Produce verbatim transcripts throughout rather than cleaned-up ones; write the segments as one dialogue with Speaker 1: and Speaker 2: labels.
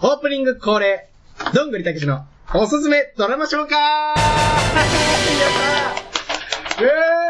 Speaker 1: オープニング恒例、どんぐりたけしのおすすめドラマ紹介やったーイェーイ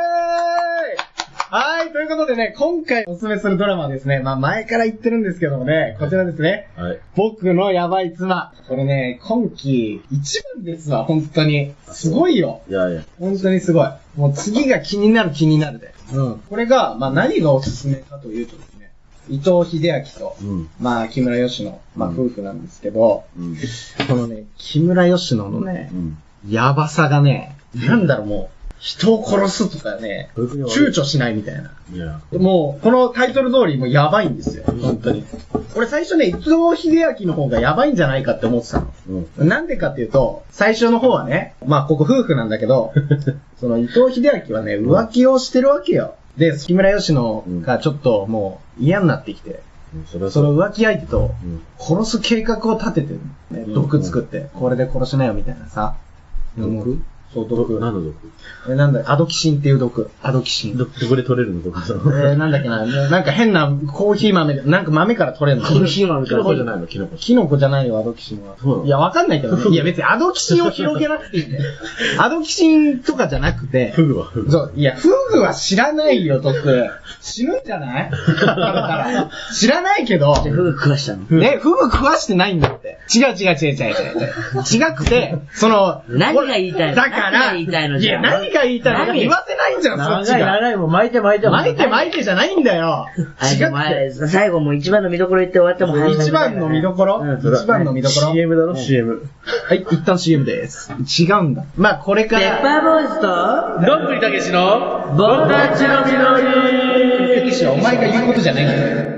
Speaker 1: はい、ということでね、今回おすすめするドラマはですね、まあ前から言ってるんですけどもね、こちらですね。はい。僕のヤバい妻。これね、今季一番ですわ、本当に。すごいよ。いやいや。本当にすごい。もう次が気になる気になるで。うん。これが、まあ何がおすすめかというとですね、伊藤英明と、うん、まあ木村佳乃、まあ夫婦なんですけど、うん、このね、木村佳乃のね、うん、ヤバさがね、なんだろうもう、人を殺すとかね、躊躇しないみたいな。いやもう、このタイトル通りもうやばいんですよ、本当に。俺最初ね、伊藤英明の方がやばいんじゃないかって思ってたの。うん、なんでかっていうと、最初の方はね、まあここ夫婦なんだけど、その伊藤英明はね、浮気をしてるわけよ。で、木村佳乃がちょっともう嫌になってきて、うん、そ, れその浮気相手と殺す計画を立ててる、ね、うん、毒作って、これで殺しなよみたいなさ。
Speaker 2: 毒？
Speaker 1: そう、毒。
Speaker 2: 何の毒？
Speaker 1: え、なんだ、アドキシンっていう毒。アドキシン。
Speaker 2: ど、どこで取れるの毒そ
Speaker 1: の。えー、なんだっけな。なんか変なコーヒー豆、なんか豆から取れるの。
Speaker 2: コーヒー豆から。キノコじゃないのキノコ。
Speaker 1: キノコじゃないよ、アドキシンは。いや、わかんないけどね。いや、別にアドキシンを広げなくていいんだよ。アドキシンとかじゃなくて。
Speaker 2: フグはフグ。
Speaker 1: そう、いや、フグは知らないよ、毒。死ぬんじゃない知らないけど。
Speaker 3: フグ食わしたの
Speaker 1: ね、フグ食わしてないんだって。違う違う違う違う違う。違くて、その、
Speaker 3: 何が言いたいの
Speaker 1: だから、
Speaker 3: 何が言いたいの
Speaker 1: いや、何が言いたいの言わせないんじゃん、そっちが。
Speaker 2: 長い長いもう巻いて巻いて
Speaker 1: 巻いて巻いてじゃないんだよ。
Speaker 3: 違って。最後もう一番の見どころ言って終わっても
Speaker 1: 一番の見どころ、うん、一番の見どころ
Speaker 2: シーエム だろ、シーエム。
Speaker 1: はい、一旦 シーエム です。違うんだ。まあ、これから。
Speaker 3: ペッパーボーイズと、
Speaker 2: どんぐりたけしの、
Speaker 3: 僕たちの実り。
Speaker 1: たけしはお前が言うことじゃないんだよ。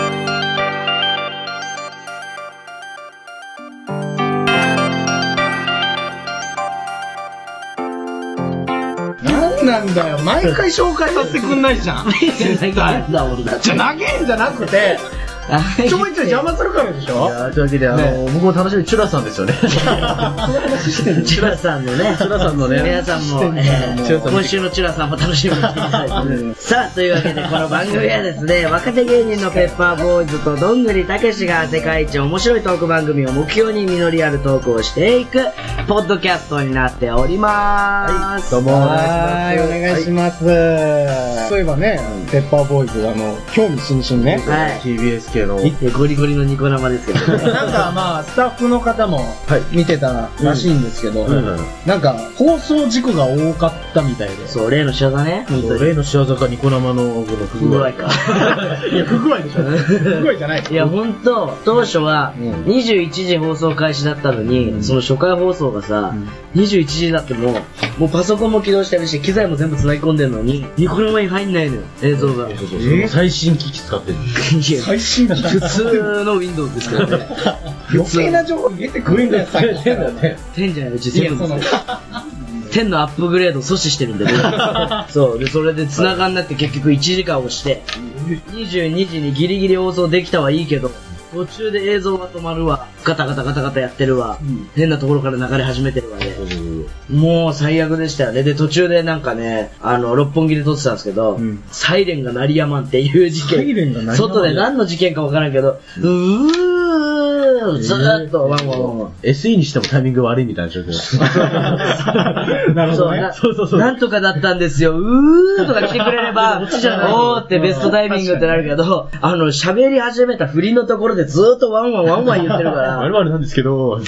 Speaker 1: なんだよ、毎回紹介させてくんないじゃん。絶対。じゃあ投げんじゃなくて、ちょいちょい邪魔するからでしょ。
Speaker 2: いやというわけで、あの、僕も楽しみ、チュラさんですよね。
Speaker 3: チュラさんのね、
Speaker 2: チュラさんのね、
Speaker 3: 皆さんも、今週のチュラさんも楽しみにしてください。さあ、というわけで、この番組はですね、若手芸人のペッパーボーイズとどんぐりたけしが世界一面白いトーク番組を目標に実りあるトークをしていく、ポッドキャストになっておりまーす。
Speaker 2: どうも、お
Speaker 1: 願いします。そういえばね、ペッパーボーイズ、あの、興味津々ね。
Speaker 3: はい。
Speaker 2: ティービーエス系の
Speaker 3: ゴリゴリのニコ生ですけどね。
Speaker 1: なんかまあスタッフの方も見てたらしいんですけど、なんか放送事故が多かったみたいで。
Speaker 3: そう、例の仕業ね。
Speaker 2: 例の仕業かニコ生の
Speaker 3: 不具合か。
Speaker 1: いや、不具合でしょ。不具合じゃない。
Speaker 3: いや、ほんと、当初はにじゅういちじ放送開始だったのに、その初回放送がさ、にじゅういちじになっても、もうパソコンも起動してるし、機材も全部繋ぎ込んでるのに、ニコ生に入んないのよ、映像が。
Speaker 2: 最新機器使ってる。
Speaker 1: 最新機器
Speaker 3: 普通の Windows ですけどね。
Speaker 1: 余計な情報入れてくるんだよ、さっき。
Speaker 3: じゃない、うちセブンです。じゅうのアップグレード阻止してるんでね。そう。で、それで繋がんなくて結局いちじかん押して、にじゅうにじにギリギリ放送できたはいいけど、途中で映像が止まるわ、ガタガタガタガタやってるわ、うん、変なところから流れ始めてるわね。うん、もう最悪でしたよね。で、途中でなんかね、あの、六本木で撮ってたんですけど、うん、サイレンが鳴りやまんっていう事件。
Speaker 1: サイレンが鳴りやまん。
Speaker 3: 外で何の事件かわからんけど、うーずーっとワンワンワンワン。
Speaker 2: エスイー にしてもタイミング悪いみたいな状況。
Speaker 1: なるほどね。
Speaker 3: そうそうそう。なんとかだったんですよ。うーとか来てくれれば、おーってベストタイミングってなるけど、あの、喋り始めた振りのところでずーっとワンワンワンワン言ってるから。
Speaker 2: 我々なんですけど、もう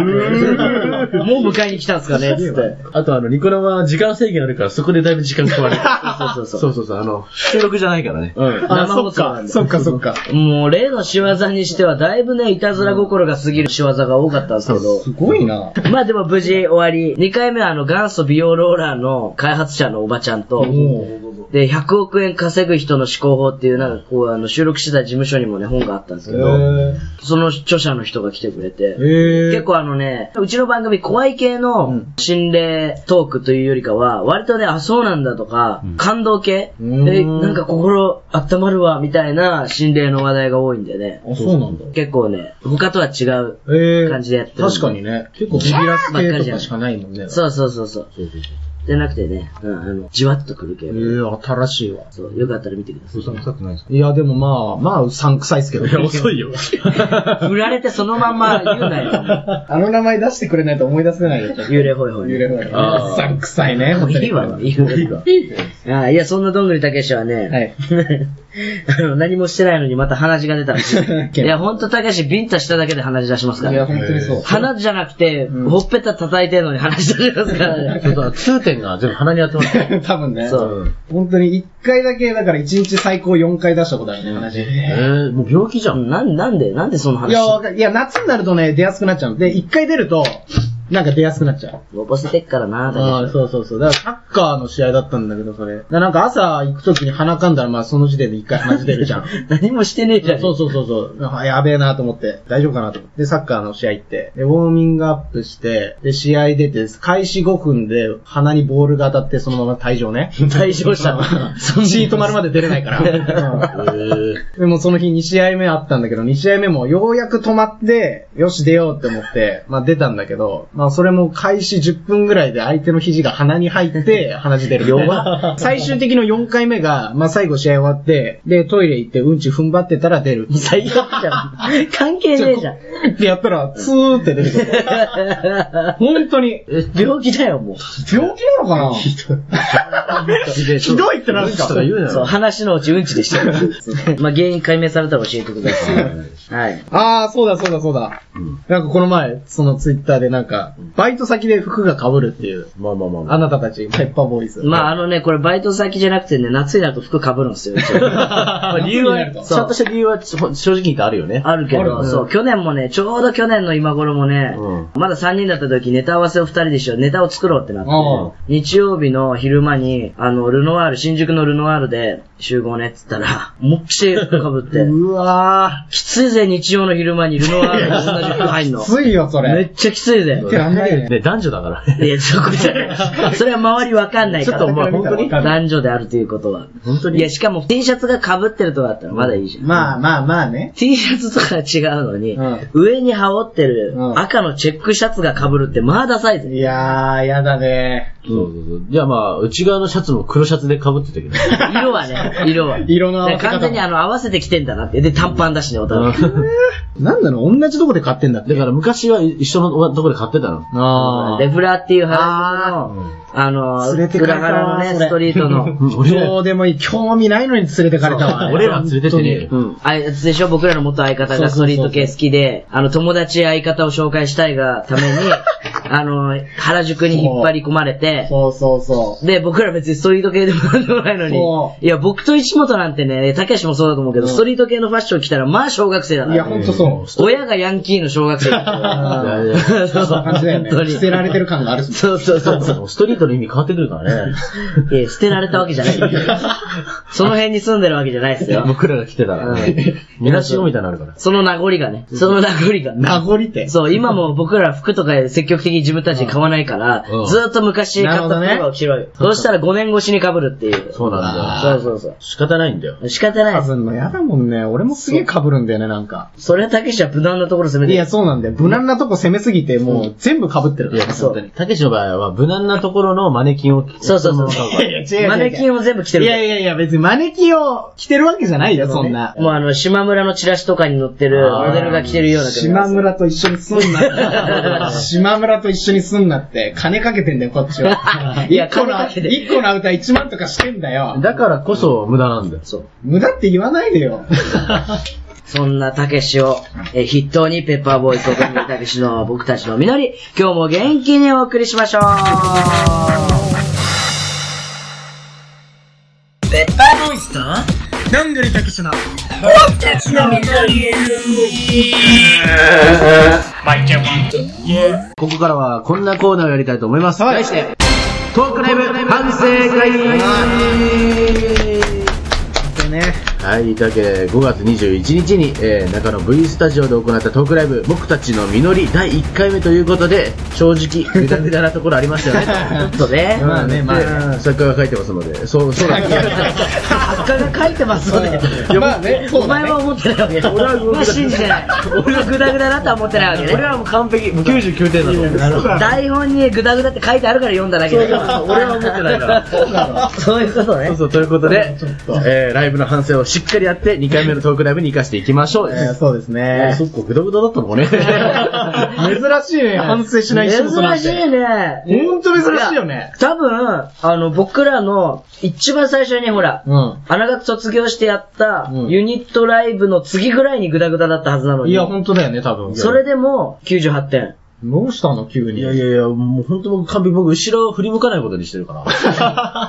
Speaker 3: 迎えに来たんすかねつって。
Speaker 2: あとあの、ニコ生は時間制限あるからそこでだいぶ時間変わる。
Speaker 3: そうそうそう。
Speaker 2: そうそうそう。あの、収録じゃないからね。
Speaker 1: うん。生放送なんで。そっかそっか。
Speaker 3: もう例の仕業にしてはだいぶね、いたずら心が過ぎる仕業が多かったんですけど。
Speaker 1: すごいな。
Speaker 3: まあでも無事終わり。にかいめはあの元祖美容ローラーの開発者のおばちゃんと、で、ひゃくおくえん稼ぐ人の思考法っていうなんかこうあの収録してた事務所にもね本があったんですけど、その著者の人が来てくれて、結構あのね、うちの番組怖い系の心霊トークというよりかは、割とね、あ、そうなんだとか、感動系で、なんか心温まるわみたいな心霊の話題が多いんでね。
Speaker 1: あ、そうなんだ。
Speaker 3: 結構ね、他とは違う感じでやってる。
Speaker 1: 確かにね。結構ビビらす系とかしかないもんね。
Speaker 3: そうそうそうそう。 ってなくてね、うん、あの、じわっとくるけど。
Speaker 1: えー、新しいわ。
Speaker 3: そう、よかったら見てください。
Speaker 1: うさんくさくないですか？いや、でもまあ、まあ、うさんくさいですけど。
Speaker 2: いや、遅いよ。
Speaker 3: 振られてそのまま言うなよ。
Speaker 1: あの名前出してくれないと思い出せないよ。
Speaker 3: 幽霊ホイホイ。
Speaker 1: 幽霊ホイホイ。うさんくさいね。
Speaker 3: もういいわ、いいわ。いいわ。あいや、そんなどんぐりたけしはね、はい。あの、何もしてないのにまた鼻血が出たらしい。いや、ほんとたけしビンタしただけで鼻血出しますから。
Speaker 1: いや、ほんとにそう。
Speaker 3: 鼻じゃなくて、うん、ほっぺた叩いてるのに鼻血出しますからね。
Speaker 2: そうそう、痛点が全部鼻に当てます。
Speaker 1: 多分ね。
Speaker 3: そう。
Speaker 1: 本当にいっかいだけ、だからいちにち最高よんかい出したことあるね、鼻血。
Speaker 2: えー、もう病気じゃん。
Speaker 3: なん、なんでなんでその話？
Speaker 1: いや、わかいや、夏になるとね、出やすくなっちゃうの。で、いっかい出ると、なんか出やすくなっちゃう。
Speaker 3: のぼせてっからな、
Speaker 1: ああ、そうそうそう。だからサッカーの試合だったんだけど、それ。だなんか朝行くときに鼻かんだら、まあその時点で一回鼻血出るじゃん。
Speaker 3: 何もしてねえじゃん。
Speaker 1: そうそうそうそう。やべえなと思って、大丈夫かなと思って。で、サッカーの試合行って、で、ウォーミングアップして、で、試合出て、開始ごふんで鼻にボールが当たって、そのまま退場ね。
Speaker 3: 退場したの。
Speaker 1: シート丸まで出れないから。でもその日に試合目あったんだけど、に試合目もようやく止まって、よし出ようって思って、まあ出たんだけど、まあそれも開始じゅっぷんぐらいで相手の肘が鼻に入って、鼻血出る。弱最終的のよんかいめが、まあ最後試合終わって、で、トイレ行ってうんち踏ん張ってたら出る。
Speaker 3: 最悪じゃん。関係ねえじゃん。
Speaker 1: ってやったら、ツーって出てくる。本当に。
Speaker 3: 病気だよ、もう。
Speaker 1: 病気なのかなひどいってなんですか？
Speaker 3: そう、話のうちうんちでした。まあ原因解明されたら教えてください。はい。
Speaker 1: ああ、そうだそうだそうだ。うん、なんかこの前、そのツイッターでなんか、バイト先で服が被るっていう。
Speaker 2: まあまあまあ、ま
Speaker 1: あ。あなたたち、ペッパーボーイズ。
Speaker 3: まああのね、これバイト先じゃなくてね、夏になると服被るんですよ。
Speaker 2: まあ理由は、ちゃんとした理由は正直言ってあるよね。
Speaker 3: あるけど、そう、去年もね、ちょうど去年の今頃もね、うん、まださんにんだった時ネタ合わせをふたりでしよう、ネタを作ろうってなって、日曜日の昼間に、あの、ルノワール、新宿のルノワールで集合ねって言ったら、もっきし服被って。
Speaker 1: うわ
Speaker 3: ー。きついぜ、日曜の昼間にルノワールに同じ服入んの。
Speaker 1: きついよ、それ。
Speaker 3: めっちゃきついぜ。
Speaker 1: やんないね。
Speaker 2: ね、男女だからね。
Speaker 3: いや、そこじゃない。それは周りわかんないから。
Speaker 2: ちょっとまあ本当に
Speaker 3: 男女であるということは。
Speaker 2: 本当に
Speaker 3: いや、しかも T シャツが被ってるとかだったらまだいいじゃん。
Speaker 1: まあまあまあね。
Speaker 3: T シャツとかは違うのに、うん、上に羽織ってる赤のチェックシャツが被るってまあダサいぜ。
Speaker 1: いやー、やだね。
Speaker 2: そうそうそう。じゃあまあ、内側のシャツも黒シャツで被ってたけど。
Speaker 3: 色はね、色は。
Speaker 1: 色の合わせ方。
Speaker 3: 完全にあの、合わせてきてんだなって。で、短パンだしね、お互い。
Speaker 1: なんだろう、同じとこで買ってんだって。
Speaker 2: だから昔は一緒のとこで買ってたの。
Speaker 3: あレフラーっていう原宿の、あの、
Speaker 1: 連れてかれた
Speaker 3: 裏腹のね、ストリートの。
Speaker 1: どうでもいい。興味ないのに連れてかれたわ。
Speaker 2: 俺ら連れてってね。
Speaker 3: うん。あいつでしょ、僕らの元相方がストリート系好きで、あの、友達相方を紹介したいがために、あの、原宿に引っ張り込まれて、
Speaker 1: そうそうそう。
Speaker 3: で、僕ら別にストリート系でもなんでもないのに、いや、僕と石本なんてね、たけしもそうだと思うけど、ストリート系のファッション着たら、まあ小学生だから。
Speaker 1: いや、ほんとそう。
Speaker 3: 親がヤンキーの小学生だから。
Speaker 1: いやいや、そういう感じだよね。捨てられてる感がある。
Speaker 3: そうそうそう。
Speaker 2: ストリートの意味変わってくるからね。
Speaker 3: いや、捨てられたわけじゃない。その辺に住んでるわけじゃないですよ。
Speaker 2: 僕らが来てたらね。みなしごみたいなのあるから。
Speaker 3: その名残がね。その名残が。
Speaker 1: 名残って。
Speaker 3: そう、今も僕ら服とか積極的に自分たちで買わないから、ずーっと昔買った服が着ろよ。そうしたらごねん越しに被るっていう。
Speaker 2: そうなんだ。
Speaker 3: そうそうそう。
Speaker 2: 仕方ないんだよ。
Speaker 3: 仕方ない。
Speaker 1: 被んの嫌だもんね。俺もすげえ被るんだよね、なんか。
Speaker 3: それはたけしは無難なところ攻めてる。
Speaker 1: いや、そうなんだよ。無難なとこ攻めすぎて、もう全部被ってる。
Speaker 2: いや、そう。たけしの場合は無難なところのマネキンを。
Speaker 3: そうそうそう。マネキンを全部着てる。
Speaker 1: いやいやいや、別にマネキンを着てるわけじゃないよ、そんな。
Speaker 3: もうあの、島村のチラシとかに載ってるモデルが着てるような。
Speaker 1: 島村と一緒にすんな。島村と一緒にすんなって、金かけてんだよ、こっちは。いや、一個の、一個の歌いちまんとかしてんだよ。
Speaker 2: だからこそ無駄なんだよ。
Speaker 3: そう。
Speaker 1: 無駄って言わないでよ。
Speaker 3: そんなたけしを、え、筆頭にペッパーボーイズとどんぐりたけしの僕たちの実り、今日も元気にお送りしましょう。ペッパーボーイズと
Speaker 1: どんぐりたけしの
Speaker 3: 僕たちの実り。
Speaker 2: ここからはこんなコーナーをやりたいと思います。
Speaker 1: はい。
Speaker 2: 題して、トークライブ反省会。
Speaker 1: ね。
Speaker 2: はい、というわけでごがつにじゅういちにちに、えー、中野 V スタジオで行ったトークライブ、僕たちの実りだいいっかいめということで、正直グダグダなところありましたよね。
Speaker 3: ちょっとね。
Speaker 1: まあね、まあね。
Speaker 2: 作家が書いてますので、そう、そうだね。
Speaker 3: 作家が書いてますので。
Speaker 1: まあね、
Speaker 3: お前は思ってないわけ。俺は信じてない。俺はグダグダだとは思ってないわけね。
Speaker 2: 俺はもう完璧、もうきゅうじゅうきゅうてんだと思う。
Speaker 3: 台本にグダグダって書いてあるから読んだだけだから。
Speaker 2: 俺は思ってないから。
Speaker 3: そういうことね。
Speaker 2: そうそう、ということで、えー、ライブの反省をしっかりやって、にかいめのトークライブに生かしていきましょう。
Speaker 1: えー、そうですね。
Speaker 2: そっか、グダグダだったのかね。
Speaker 1: 珍しいね、反省しない仕事なんて。
Speaker 3: 珍しいね。
Speaker 1: ほんと珍しいよね。
Speaker 3: 多分、あの、僕らの、一番最初にほら、うん、あながち卒業してやった、ユニットライブの次ぐらいにグダグダだったはずなのに。
Speaker 1: いや、ほんとだよね、多分。
Speaker 3: それでも、きゅうじゅうはってん。
Speaker 1: どうしたの急に。
Speaker 2: いやいやいや、もうほんと僕完璧、僕後ろを振り向かないことにしてるから。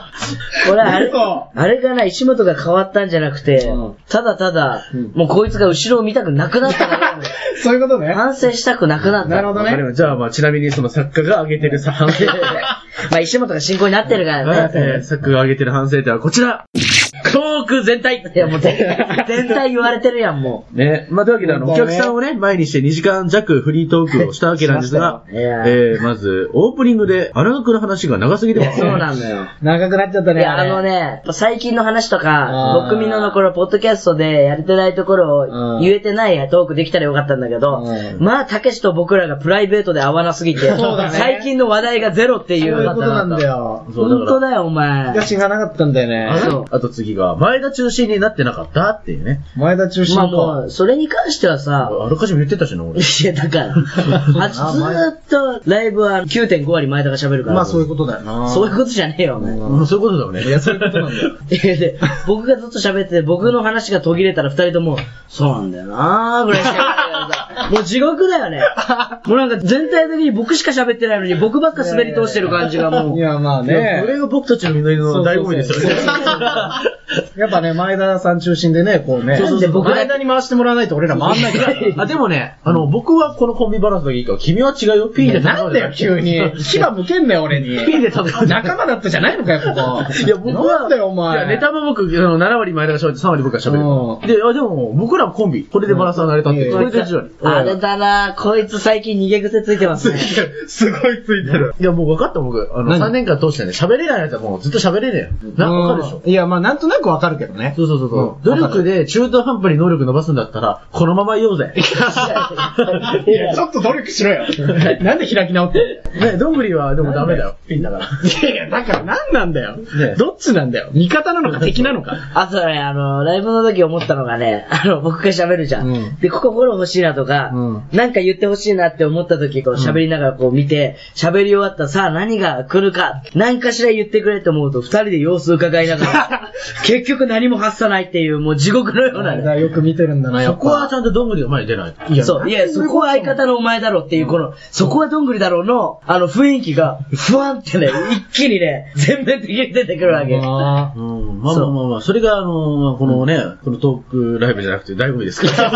Speaker 3: これあれ、あれがな、石本が変わったんじゃなくて、うん、ただただ、うん、もうこいつが後ろを見たくなくなったから。
Speaker 1: そういうことね。
Speaker 3: 反省したくなくなった。
Speaker 1: なるほどね。
Speaker 2: じゃあまあちなみにその作家が挙げてる反省。
Speaker 3: まあ石本が進行になってるからね。
Speaker 2: えー、作家が挙げてる反省点はこちら。トーク全体
Speaker 3: いやもう全体言われてるやん、も
Speaker 2: う。ね。まあ、というわけで、あの、お客さんをね、前にしてにじかん弱フリートークをしたわけなんですが、えー、まず、オープニングで、荒学の話が長すぎてます。
Speaker 3: そうなんだよ。
Speaker 1: 長くなっちゃったね。
Speaker 3: いや、あのね、最近の話とか、僕みんなの頃、ポッドキャストでやれてないところを言えてないトークできたらよかったんだけど、まあ、たけしと僕らがプライベートで会わなすぎて、最近の話題がゼロっていう。
Speaker 1: そういうことなんだよ。
Speaker 3: 本当だよ、お前。
Speaker 1: いや、知らなかったんだよね。
Speaker 2: あと次が、前田中心になってなかったっていうね。
Speaker 1: 前田中心か。
Speaker 3: まあもう、それに関してはさ、
Speaker 2: あらかじめ言ってたしな、俺。
Speaker 3: いや、だから、ずーっとライブは きゅうてんご 割前田が喋るから。
Speaker 1: まあそういうことだよな。
Speaker 3: そういうことじゃねえよ、お前。
Speaker 2: そういうことだよね。
Speaker 1: いや、そういうことなんだよ。
Speaker 3: で、僕がずっと喋ってて、僕の話が途切れたら二人とも、そうなんだよなーぐらいしか言ってないからさ、もう地獄だよね。もうなんか全体的に僕しか喋ってないのに、僕ばっか滑り通してる感じがもう。
Speaker 1: いや、まあね。
Speaker 2: これが僕たちの実りの醍醐味ですよね。
Speaker 1: やっぱね、前田さん中心でね、こうね。
Speaker 3: そうそうそう。
Speaker 1: 前田に回してもらわないと俺ら回んないから。
Speaker 2: あ、でもね、あの、僕はこのコンビバランスがいいから、君は違うよ。ピンで頼
Speaker 1: む。なんだよ、急に。牙向けんなよ、俺に。
Speaker 2: ピンで頼む。
Speaker 1: 仲間だったじゃないのかよ、ここ。
Speaker 2: いや、僕は。
Speaker 1: なんだよ、お前。
Speaker 2: いや、ネタも僕、ななわり前田が喋ってさんわり僕が喋る。で、あ、でも、僕らもコンビ。これでバランスが成り立ってる。これでじわり。
Speaker 3: あれだな、こいつ最近逃げ癖ついてますね。
Speaker 1: すごいついてる。
Speaker 2: いや、もう分かった、僕。あの、さんねんかん通してね、喋れないやつはもうずっと喋れねえよ。な、わかるでしょ。
Speaker 1: いや、まあ、なんとなくわかるけどね。
Speaker 2: そうそうそう。努力で中途半端に能力伸ばすんだったら、このまま言おうぜ。
Speaker 1: いや、ちょっと努力しろよ。なんで開き直って
Speaker 2: ね、どんぐりはでもダメだよ。ピンだから。
Speaker 1: いやいや、だから何なんだよ。どっちなんだよ。味方なのか敵なのか。
Speaker 3: あとね、あの、ライブの時思ったのがね、あの、僕が喋るじゃん。で、ここフォロー欲しいなとか、なんか言って欲しいなって思った時、こう喋りながらこう見て、喋り終わったさあ何が来るか、何かしら言ってくれと思うと、二人で様子伺いながら、結局何も発さないっていう、もう地獄のようなね。
Speaker 1: よく見てるんだな、
Speaker 2: そこはちゃんとどんぐりが前に出ない。
Speaker 3: いや、そう。いや、そこは相方のお前だろっていう、この、そこはどんぐりだろうの、あの雰囲気が、ふわんってね、一気にね、全面的に出てくるわけ。
Speaker 2: うん、まあまあまあまあ、それがあの、このね、このトークライブじゃなくて醍醐味ですから。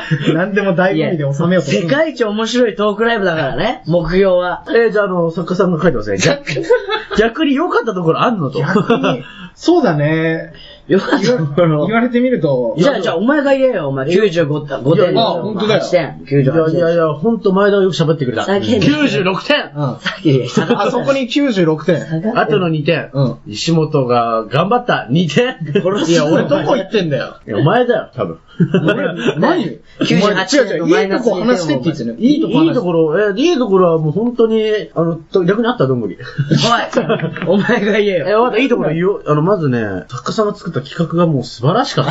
Speaker 1: 何でも醍醐味で収めようと。
Speaker 3: 世界一面白いトークライブだからね、目標は。
Speaker 2: えー、じゃああの、作家さんが書いてますね。逆逆に良かったところあんのと。
Speaker 1: 逆に、そうだね。
Speaker 3: よかった
Speaker 1: 言われてみると。
Speaker 3: じゃあ、じゃあ、お前が言えよ、お前。きゅうじゅうごてん。ごてん。
Speaker 1: あ、ほんとだよ。
Speaker 3: はちてん。きゅうじゅうはちてん。
Speaker 2: いやいやいや、ほんと前田がよく喋ってくれた。きゅうじゅうろくてん。
Speaker 3: うん。さっき、
Speaker 1: あそこにきゅうじゅうろくてん。
Speaker 2: あとのにてん。うん。石本が頑張ったにてん。
Speaker 1: いや、俺どこ行ってんだよ。
Speaker 2: いや、お前だよ、多分。
Speaker 1: 何 ?
Speaker 3: きゅうじゅうはちてんのマイナス
Speaker 1: いいとこ話してって言ってる。
Speaker 2: いいとこいいところ、え、いいところはもう本当に、あの、逆にあったどんぐり。
Speaker 3: おいお前が言えよ。
Speaker 2: え、まだいいところ言おう。あの、まずね、作家さんが作った企画がもう素晴らしかった。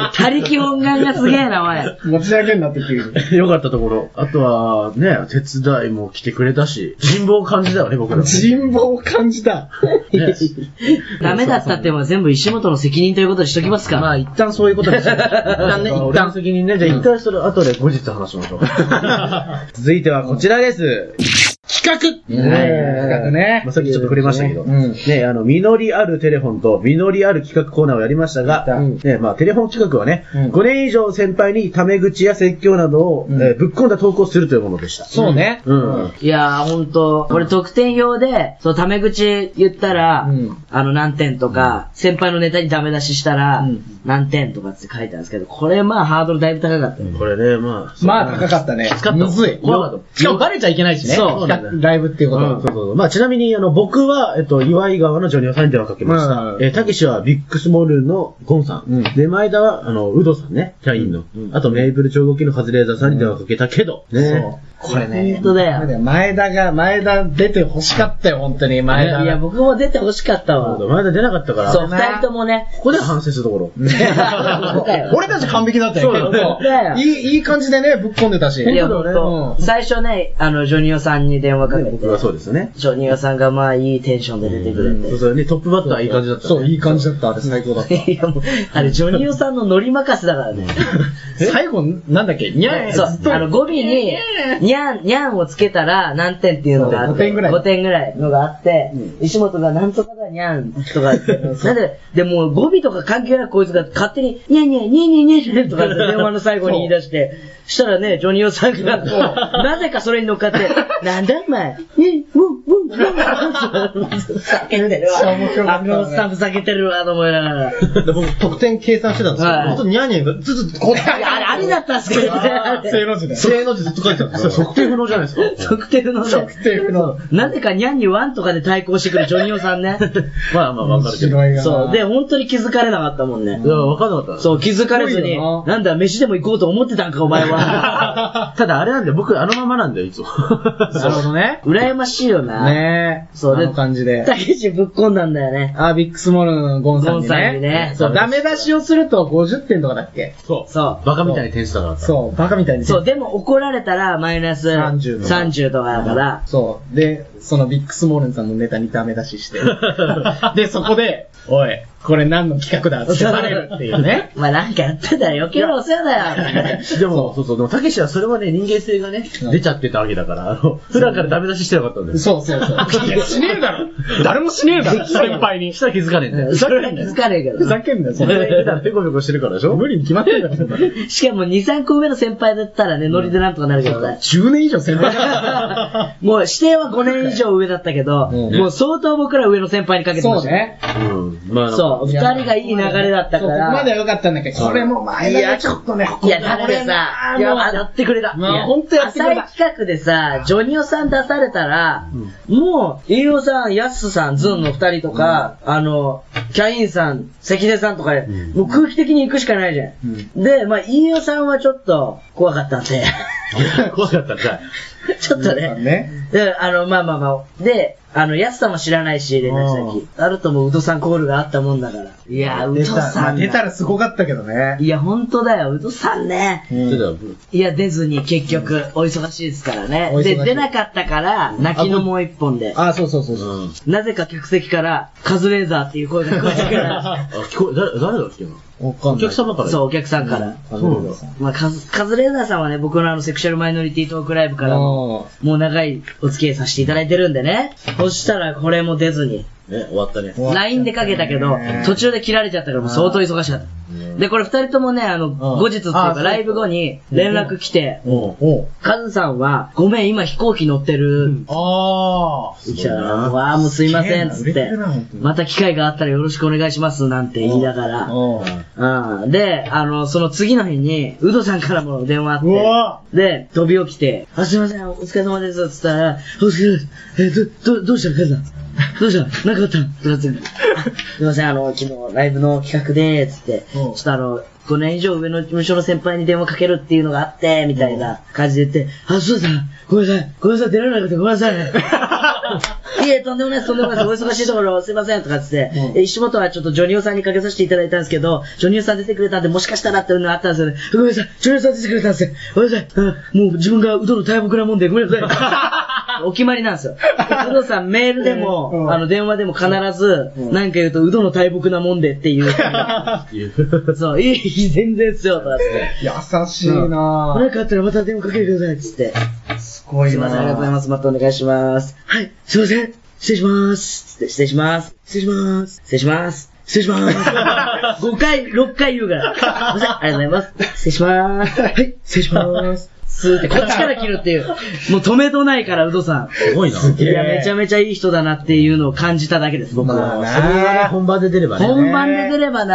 Speaker 3: 他力本願がすげえな、お前。
Speaker 1: 持ち上げんなって急
Speaker 2: に。よかったところ。あとは、ね、手伝いも来てくれたし、人望を感じたよね、僕ら。
Speaker 1: 人望を感じた。
Speaker 3: ダメだったっても全部石本の責任ということにしときますか。
Speaker 1: まあ、一旦そういうことですよ。一旦ね、一旦
Speaker 2: 責任ね。じゃあ一旦それ後で後日話しましょう。続いてはこちらです。企画
Speaker 1: はい、企画ね。
Speaker 2: まあ、さっきちょっと触れましたけど、うん、ね、あの、実りあるテレフォンと実りある企画コーナーをやりましたが、うん、ね、まあ、テレフォン企画はね、うん、ごねん以上先輩にタメ口や説教などを、うん、えー、ぶっ込んだ投稿するというものでした。
Speaker 1: そうね。
Speaker 3: うん。うん、いやー、ほんと、これ得点表で、そう、タメ口言ったら、うん、あの、何点とか、うん、先輩のネタにダメ出ししたら、うん、何点とかって書いてあるんですけど、これまあ、ハードルだいぶ高かったよね。
Speaker 2: これね、まあ。
Speaker 1: まあ、高かったね。
Speaker 2: きつかった。
Speaker 1: むずい。しかもバレちゃいけないしね。
Speaker 3: そう。
Speaker 1: ライブっていうこと。
Speaker 2: そうそう。まあ、ちなみに、あの、僕は、えっと、岩井川のジョニオさんに電話かけました。え、たけしはビックスモールのゴンさん。で、前田は、あの、ウドさんね、キャインの。あと、メイプル超合金のカズレーザーさんに電話かけたけど、ね。
Speaker 1: これね。
Speaker 3: 本当だよ。
Speaker 1: 前田が、前田出て欲しかったよ、本当に。前田。
Speaker 3: いや、僕も出て欲しかったわ。
Speaker 2: 前田出なかったから。
Speaker 3: そう、二人ともね。
Speaker 2: ここで反省するところ。
Speaker 1: 俺たち完璧だったよ、結構。いい、いい感じでね、ぶっ込んでたし。
Speaker 3: いや、本当。最初ね、あの、ジョニオさんに電話かけて。
Speaker 2: 僕はそうですよね。
Speaker 3: ジョニオさんがまあ、いいテンションで出てくれて。
Speaker 2: そうそうね、トップバッターいい感じだった。
Speaker 1: そう、いい感じだった。あれ最高だった。
Speaker 3: いや、もう、あれ、ジョニオさんのノリ任せだからね。
Speaker 1: 最後、なんだっけにゃん。
Speaker 3: そう、あの、語尾に、にゃん、にゃんをつけたら何点っていうのがあって。ごてんぐらい。ごてんぐらいのがあって、石本がなんとかだにゃんとかって。なんで、でも語尾とか関係なくこいつが勝手に、にゃんにゃん、にゃんにゃんにゃんにゃんとかって電話の最後に言い出して、したらね、ジョニオさんが、なぜかそれに乗っかって、なんだお前、ね、ウン、ウン、ウン、叫んでるわ。あのスタッフ叫んでるわ、と思いながら。
Speaker 2: 僕、得点計算してたんですけど、ほんとニャーニャーがずっとこう、
Speaker 3: あれ、あれだったんすけどね。
Speaker 1: 正の字で。
Speaker 2: 正の字ずっと書いてたんですよ。測定不能じゃないですか。
Speaker 3: 測定不能で。
Speaker 1: 測定不能。
Speaker 3: なぜかニャンにワンとかで対抗してくるジョニオさんね。
Speaker 2: まあまあわかるけど。
Speaker 3: そう。で、本当に気づかれなかったもんね。
Speaker 2: いや、わかんなかった。
Speaker 3: そう、気づかれずに、なんだ、飯でも行こうと思ってたんか、お前は。
Speaker 2: ただあれなんだよ、僕あのままなんだよ、いつも。
Speaker 1: なるほどね。
Speaker 3: 羨ましいよな。
Speaker 1: ねえ。そう、あの感じで。
Speaker 3: たけしぶっこんだんだよね。
Speaker 1: あ、ビックスモールのゴンさんにね。
Speaker 3: ゴンさんにね。
Speaker 1: そう、ダメ出しをするとごじゅってんとかだっけ？
Speaker 2: そう。
Speaker 3: そう。
Speaker 2: バカみたいに点数だから。
Speaker 1: そう、バカみたいに。
Speaker 3: そう、でも怒られたらマイナスさんじゅうとかだから。
Speaker 1: そう。で、そのビックスモールさんのネタにダメ出しして。で、そこで、おい、これ何の企画だってバレるっていうね。
Speaker 3: まあなんかやってたら余計なお世話だよ。
Speaker 2: でも、そうそう、でもたけしはそれはね、人間性がね、出ちゃってたわけだから、あの、普段からダメ出ししてなかったんだよ。
Speaker 1: そうそうそう。いや、しねえだろ。誰もしねえだろ、先輩に。
Speaker 2: したら気づかねえんだよ。
Speaker 3: ふざけんなよ。気づかねえけど。
Speaker 1: ふざけんなよ、
Speaker 2: それで普段ペコペコしてるからでしょ？
Speaker 1: 無理に決まってんだよ。
Speaker 3: しかもに、さんこ上の先輩だったらね、ノリでなんとかなるけどね。
Speaker 1: じゅうねん以上先輩だ
Speaker 3: もう指定はごねん以上上だったけど、もう相当僕ら上の先輩にかけてましたね。
Speaker 2: そうね。うん。まあ、
Speaker 3: そう、二人がいい流れだったから。
Speaker 1: ここまでは良かったんだけど、それも前だけちょっとね。
Speaker 3: いや、だってさ、いや、やってくれた。
Speaker 1: まあ、ほんとやってくれた。
Speaker 3: 浅い企画でさ、ジョニオさん出されたら、もう、飯尾さん、ヤスさん、ズンの二人とか、あの、キャインさん、関根さんとかで、もう空気的に行くしかないじゃん。で、まあ、飯尾さんはちょっと怖かったんで。
Speaker 2: 怖かったんだ。
Speaker 3: ちょっとね。で、あの、まあまあまあ。で、あの、ヤスさんも知らないし、連絡先。あるともウドさんコールがあったもんだから。いや、ウドさん。
Speaker 1: 出たらすごかったけどね。
Speaker 3: いや、ほんとだよ、ウドさんね。いや、出ずに結局、お忙しいですからね。で、出なかったから、泣きのもう一本で。
Speaker 1: あ、そうそうそうそう。
Speaker 3: なぜか客席から、カズレーザーっていう声が聞こえたから。
Speaker 2: あ、聞こえ、誰、誰だっけなお客様から
Speaker 3: そう、お客さんから。
Speaker 1: カズレーザーさん。
Speaker 3: まあ、カズ、カズレーザーさんはね、僕のあの、セクシャルマイノリティトークライブからも、もう長いお付き合いさせていただいてるんでね。そしたら、これも出ずに。
Speaker 2: ね、終わったね。
Speaker 3: ライン でかけたけど、途中で切られちゃったからもう相当忙しかった。で、これ二人ともね、あの、後日っていうか、ライブ後に連絡来て、カズさんは、ごめん、今飛行機乗ってる。
Speaker 1: ああ。
Speaker 3: じゃあ、わあ、もうすいません、つって。また機会があったらよろしくお願いします、なんて言いながら。うん。で、あの、その次の日に、ウドさんからも電話あって、で、飛び起きて、あ、すいません、お疲れ様です、つったら、お疲れ、え、ど、ど、どうした、カズさん。どうしたなんかあったのすいません、あの、昨日ライブの企画で、つって、ちょっとあの、ごねん以上上の事務所の先輩に電話かけるっていうのがあって、みたいな感じで言って、あ、そうだ、ごめんなさい、ごめんなさい、出られなくてごめんなさい。いえ、とんでもないです、とんでもないです、お忙しいところ、すいません、とかつって、うん、石本はちょっとジョニオさんにかけさせていただいたんですけど、ジョニオさん出てくれたんで、もしかしたらっていうのがあったんですよね。ごめんなさい、ジョニオさん出てくれたんですよ。ごめんなさい、もう自分がウドの大木なもんで、ごめんなさい。お決まりなんですよ。ウドさんメールでも、うん、あの、電話でも必ず、何、うん、か言うと、ウドの大木なもんでっていう。そう、いい、全然っすよ、とかつって。
Speaker 1: 優しいなぁ。
Speaker 3: なんかあったらまた電話かけてください、つって。
Speaker 1: すごいなぁ。
Speaker 3: すいません、ありがとうございます。またお願いします。はい、すいません。失礼しまーす。つって、失礼します。失礼しまーす。失礼します。失礼しまーす。ごかい、ろっかい言うから。すいません、ありがとうございます。失礼しまーす。はい、失礼しまーす。スーってこっちから切るっていう。もう止めどないから、ウドさん。
Speaker 2: すごいな。
Speaker 3: いや、めちゃめちゃいい人だなっていうのを感じただけです、僕は。
Speaker 2: まあ、それはね、本番で出ればね。
Speaker 3: 本番で出ればな。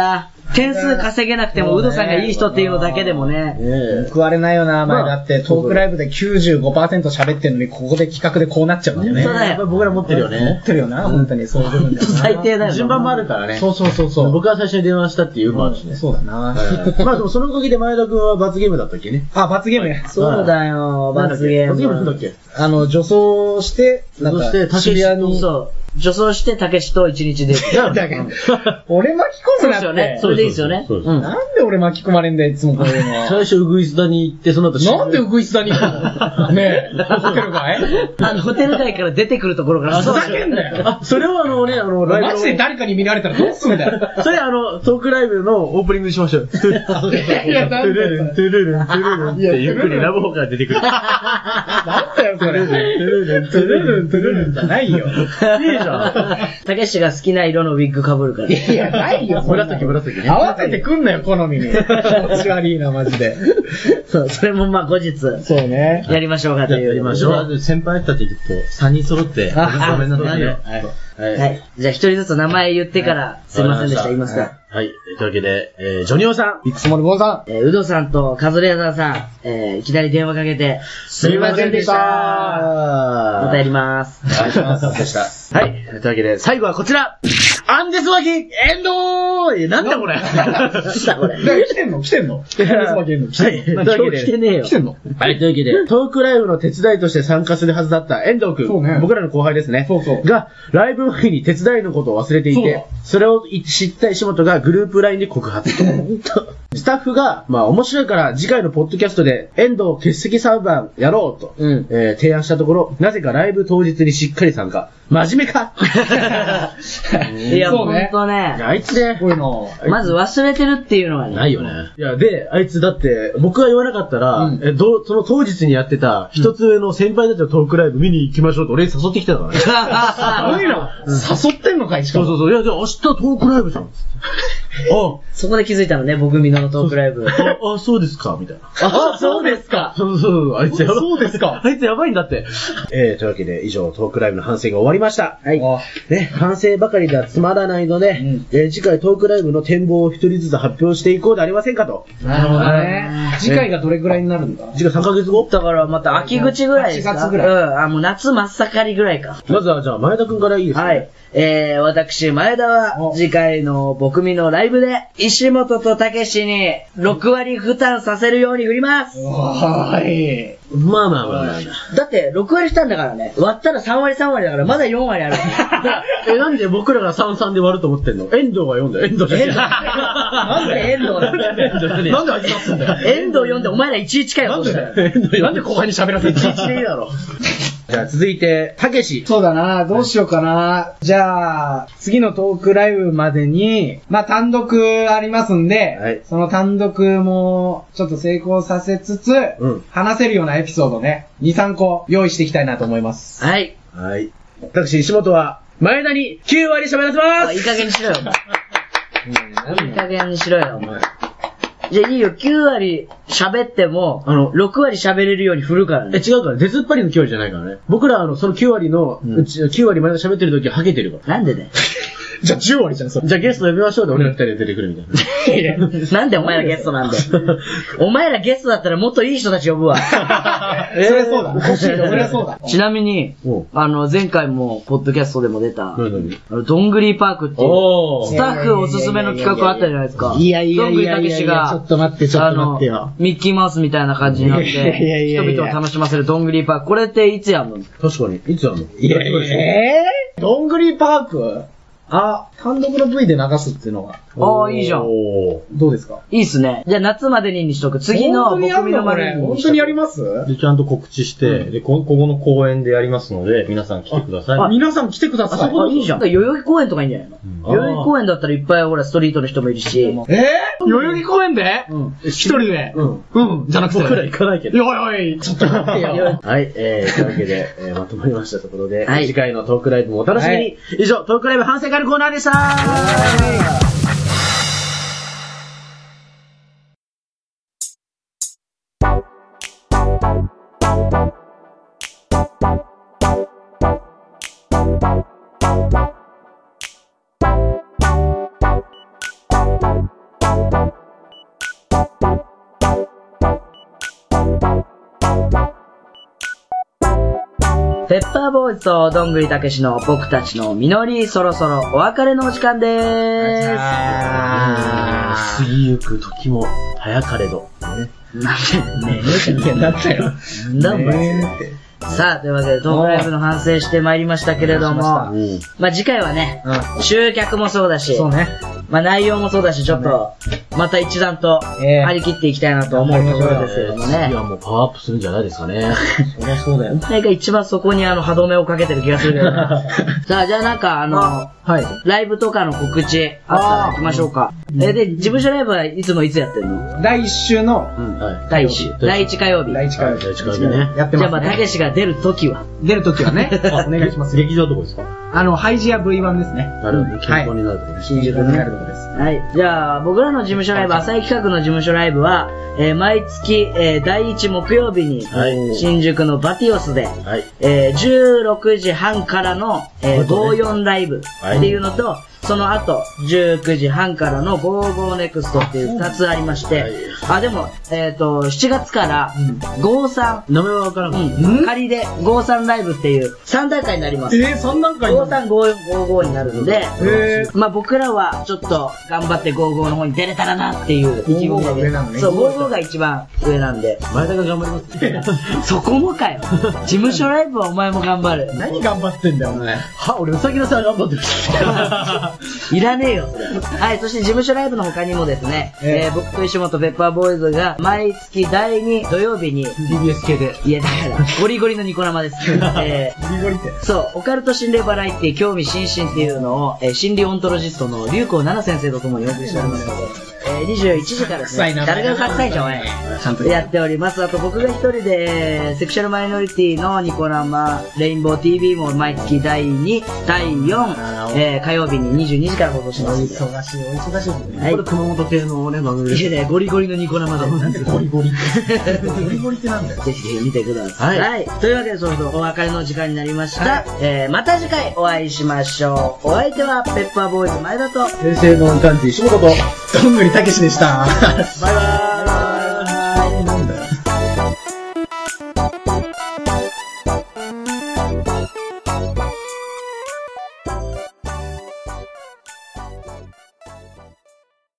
Speaker 3: 点数稼げなくても、ウドさんがいい人っていうのだけでもね。
Speaker 1: 報われないよな、前だって、トークライブで きゅうじゅうごパーセント 喋ってんのに、ここで企画でこうなっちゃうんだよね。
Speaker 3: 本当だよ。
Speaker 2: やっぱ僕ら持ってるよね。
Speaker 1: 持ってるよな、本当に。そういう部分で。
Speaker 3: 最低だよ。
Speaker 2: 順番もあるからね。
Speaker 1: そうそうそうそう。
Speaker 2: 僕は最初に電話したっていうのもあるしね。
Speaker 1: そうだな。
Speaker 2: まあでもそのおかげで前田くんは罰ゲームだったっけね。
Speaker 1: あ、罰ゲームや。
Speaker 3: そうだよ、罰ゲーム。
Speaker 2: 罰ゲームなんだっけ。
Speaker 1: あの、女装して、なんか、渋谷に。
Speaker 3: そう。女装して、たけしと一日で。
Speaker 1: だけど、俺巻き込むなって。
Speaker 3: そうですよね。それでいいですよね。
Speaker 1: なんで俺巻き込まれんだよ、いつもこういうの。
Speaker 2: 最初、ウグイスダに行って、その後、
Speaker 1: なんでウグイスダに行くのねえ、ホテル街
Speaker 3: あの、ホテル街から出てくるところから。
Speaker 1: ふざけんなよ。
Speaker 2: あ、それはあのね、あの、
Speaker 1: ライブ。マジで誰かに見られたらどうすんだよ。
Speaker 2: それあの、トークライブのオープニングにしましょう。トゥルルン、トゥルルン、トゥルルン、トゥルルンってゆっくりラブホから出てくる。
Speaker 1: なんだよ、それ。トゥルルン、トゥルルン、トゥルルンじゃないよ。いい
Speaker 2: じゃん。
Speaker 3: たけしが好きな色のウィッグ被るから。
Speaker 1: いや、ないよ。
Speaker 2: 紫、紫ね。
Speaker 1: 合わせてくんなよ、好みに。気持ち悪いな、マジで。
Speaker 3: そう、それもまあ後日。そう
Speaker 1: ね。
Speaker 3: やりましょうかという。
Speaker 2: やりましょう。先輩たちとさんにん揃って、ごめんなさいね。
Speaker 3: はい。じゃあ一人ずつ名前言ってから、すいませんでした、言いますか。
Speaker 2: はい。というわけで、えー、ジョニオさん、
Speaker 1: いつもの坊さ
Speaker 3: ん、えー、ウドさんとカズレーザーさん、えー、いきなり電話かけて、
Speaker 1: すみませんでした。
Speaker 3: またやります。
Speaker 2: お願いします。でした。はい。というわけで、最後はこちらアンデス巻きエンドーなんだこれ
Speaker 3: なんだこれ
Speaker 1: 来てんの来てんのアンデス巻きエンドー
Speaker 2: はい。というわけで、
Speaker 3: 来てねえよ。
Speaker 1: 来てんの
Speaker 2: はい。というわけで、トークライブの手伝いとして参加するはずだった遠藤くん。
Speaker 1: そうね。
Speaker 2: 僕らの後輩ですね。
Speaker 1: そうそう。
Speaker 2: が、ライブ前に手伝いのことを忘れていて、それを知った石本がグループラインで告発。スタッフが、まあ面白いから次回のポッドキャストで遠藤欠席裁判やろうと、うんえー、提案したところ、なぜかライブ当日にしっかり参加。真面目か
Speaker 3: いや、ほんとね。
Speaker 2: あいつね、
Speaker 1: こういうの。
Speaker 3: まず忘れてるっていうのはね。
Speaker 2: ないよね。いや、で、あいつだって、僕が言わなかったら、うん、えどその当日にやってた、一つ上の先輩たちのトークライブ見に行きましょうって俺に誘ってきてたからね。
Speaker 1: すごいな。誘ってんのかいしかも。
Speaker 2: そうそうそう。いや、じゃあ明日トークライブじゃん。
Speaker 3: あそこで気づいたのね、僕みののトークライブ。
Speaker 2: あ、あ、そうですか、みたいな。
Speaker 3: あ、そうですか。
Speaker 2: そうそう、あいつやばい。
Speaker 1: そうですか。
Speaker 2: あいつやばいんだって。えー、というわけで、以上、トークライブの反省が終わりました。はい。ね、反省ばかりではつまらないので、うん、えー、次回トークライブの展望を一人ずつ発表していこうでありませんかと。
Speaker 1: なるほどね。次回がどれぐらいになるんだ？
Speaker 2: 次回さんかげつご？
Speaker 3: だからまた秋口ぐらいですか？
Speaker 1: はちがつぐらい。
Speaker 3: うん、あ、もう夏真っ盛りぐらいか。
Speaker 2: まずは、じゃあ、前田くんからいいですか？
Speaker 3: はい。えー、私、前田は、次回の僕みのライブで、石本とたけしに、ろくわり負担させるように売ります。
Speaker 1: はーい。
Speaker 2: まあまあまあまあ。
Speaker 3: だって、ろくわり負担だからね。割ったらさんわりさんわりだから、まだよんわりある。
Speaker 2: え、なんで僕らがさんさんで割ると思ってんの？遠藤がよんだよ、遠藤じゃん。
Speaker 3: なんで遠藤なんだよ。
Speaker 1: なんであいつ出すんだよ。
Speaker 3: 遠藤よんでお前らいちいちかよ、
Speaker 1: なんでなんで後輩に喋らせていちいちでいいだろ。
Speaker 2: じゃあ続いて、たけし。
Speaker 1: そうだな、どうしようかな。じゃあ、次のトークライブまでに、まあ単独ありますんで、はい、その単独もちょっと成功させつつ、うん、話せるようなエピソードね、に、さんこ用意していきたいなと思います。
Speaker 3: はい。
Speaker 2: はい。私、石本は、前田にきゅうわり喋らせます。
Speaker 3: いい加減にしろよ、お前。いい加減にしろよ、お前。じゃあいいよ、きゅうわり喋っても、あの、ろくわり喋れるように振るからね。
Speaker 2: え、違うから、出ずっぱりのきゅうわりじゃないからね。僕ら、あの、そのきゅうわりの、うん、うち、きゅうわり前田喋ってる時はハゲてるから。
Speaker 3: なんでね。
Speaker 1: じゃあじゅうわりじゃん、それ。
Speaker 2: じゃあゲスト呼びましょうで、俺ら二人で出てくるみたいな。
Speaker 3: なんでお前らゲストなんだよ。お前らゲストだったらもっといい人たち呼ぶわ。
Speaker 1: えー、それそうだ。欲しいよ、それそうだ。
Speaker 3: ちなみに、あの、前回も、ポッドキャストでも出た、あの、どんぐりパークっていう、スタッフおすすめの企画あったじゃないですか。
Speaker 1: いやいやいやいや。
Speaker 3: どんぐりたけしが、
Speaker 1: ちょっと待って、ちょっと待ってよ。
Speaker 3: あの、ミッキーマウスみたいな感じになって、人々を楽しませるどんぐりパーク。これっていつやるの？
Speaker 2: 確かに。いつやるの？
Speaker 1: いやいやえー、どんぐりパークあ、単独の ブイ で流すっていうのが。
Speaker 3: ああ、いいじゃん。
Speaker 1: どうですか？
Speaker 3: いいっすね。じゃあ夏までににしとく。次の僕みのまでに。
Speaker 1: 本当にやります
Speaker 4: で、ちゃんと告知して、うん、でこ、ここの公演でやりますので、皆さん来てください。
Speaker 1: あ、皆さん来てください。
Speaker 3: あそこいいじゃん。代々木公園とかいいんじゃないの？代々木公園だったらいっぱいほら、ストリートの人もいるし。え
Speaker 1: ぇ、ー、代々木公園でうん。一人でうん。うん。じゃなくて。
Speaker 2: 僕ら行かないけど。
Speaker 1: おいおい、ちょっと待ってよ。
Speaker 2: はい、えー、というわけで、えー、まとまりましたところで、はい、次回のトークライブもお楽しみに。はい、以上、トークライブ反省会のコーナーでした。
Speaker 3: ペッパーボーイズとどんぐりたけしの僕たちの実り、そろそろお別れのお時間でーす。
Speaker 2: 過ぎゆく時も早かれど。
Speaker 3: なんで、ねえ、
Speaker 1: いや、なったよ。
Speaker 3: なんだお前。さあ、というわけで、トークライブの反省してまいりましたけれども、まあ次回はね、集客もそうだし、
Speaker 1: そうね。
Speaker 3: まあ内容もそうだし、ちょっと、また一段と張り切っていきたいなと思うところですけどもね。
Speaker 2: 次はもうパワーアップするんじゃないですかね。
Speaker 1: そりゃそうだよ。
Speaker 3: お前が一番そこにあの歯止めをかけてる気がするけどな。さあ、じゃあなんかあの、
Speaker 1: はい。
Speaker 3: ライブとかの告知あったら行きましょうか。え、で、事務所ライブはいつもいつやってんの？
Speaker 1: 第一週の、
Speaker 3: 第一週。第一火曜日。
Speaker 1: 第一火曜日。
Speaker 2: 第一火曜日ね。
Speaker 1: やってますね。
Speaker 3: じゃあまあ、たけしが出るときは
Speaker 1: 出るときはね、お願いします。
Speaker 4: 劇場どこですか？
Speaker 1: あの、ハイジア ブイワン ですね。
Speaker 2: なるほど、健康になるとね。
Speaker 1: 新宿になるとこです。
Speaker 3: はい。じゃあ、僕らの事務所ライブ、浅井企画の事務所ライブは、えー、毎月、えー、第一木曜日に、はい、新宿のバティオスで、はい、えー、じゅうろくじはんからの、えー、ごじゅうよんライブっていうのと、はい、その後、じゅうくじはんからのゴーゴーネクストっていうふたつありまして、はい、あ、でも、えっ、ー、と、しちがつから、ゴーさん、
Speaker 2: 名前はわからん。
Speaker 3: うん。仮で、ゴーさんライブっていうさん段階になります。
Speaker 1: えー、さん段階
Speaker 3: ゴーさん、ゴーよん、ゴーごになるので、えー、まあ僕らはちょっと頑張ってゴーごの方に出れたらなっていう意気込みで。ゴーごが上なのね。そう、ゴーごが一番上なんで。
Speaker 2: 前田が頑張ります。
Speaker 3: そこもかよ。事務所ライブはお前も頑張る。
Speaker 1: 何頑張ってんだよ、お前。
Speaker 2: は、俺、うさぎのさん頑張ってる。
Speaker 3: いらねえよ、それ。はい、そして事務所ライブの他にもですね、えー、僕と石本ペッパーボーイズが毎月だいに土曜日に
Speaker 2: ティービーエス 系で。
Speaker 3: いや、だから、ゴリゴリのニコ生です。えー、
Speaker 1: ゴリゴリって。
Speaker 3: そう、オカルト心霊バラエティ興味津々っていうのを、えー、心理オントロジストの龍光奈々先生と共にお送りしておりますので、えー、にじゅういちじからですね、誰が臭いじゃん、おい。ちゃんとやっております。あと僕が一人で、セクシャルマイノリティのニコ生、レインボー ティービー も毎月だいに、だいよん、えー、火曜日ににじゅうにじから放送します。
Speaker 1: お忙しい、お忙しいですね。
Speaker 3: はい。
Speaker 2: これ熊本系のね、番組です。
Speaker 3: いやね、ゴリゴリのニコ生で。
Speaker 1: なんでゴリゴリって。ゴリゴリってなんだよ。
Speaker 3: ぜひぜひ見てください。はい。はい。というわけで、そろそろお別れの時間になりました。はい、えー、また次回お会いしましょう。お相手は、ペッパーボーイズ前田と、
Speaker 2: 平成の男児石本と、
Speaker 1: どんぐりたけしでした。
Speaker 3: バイバーイ。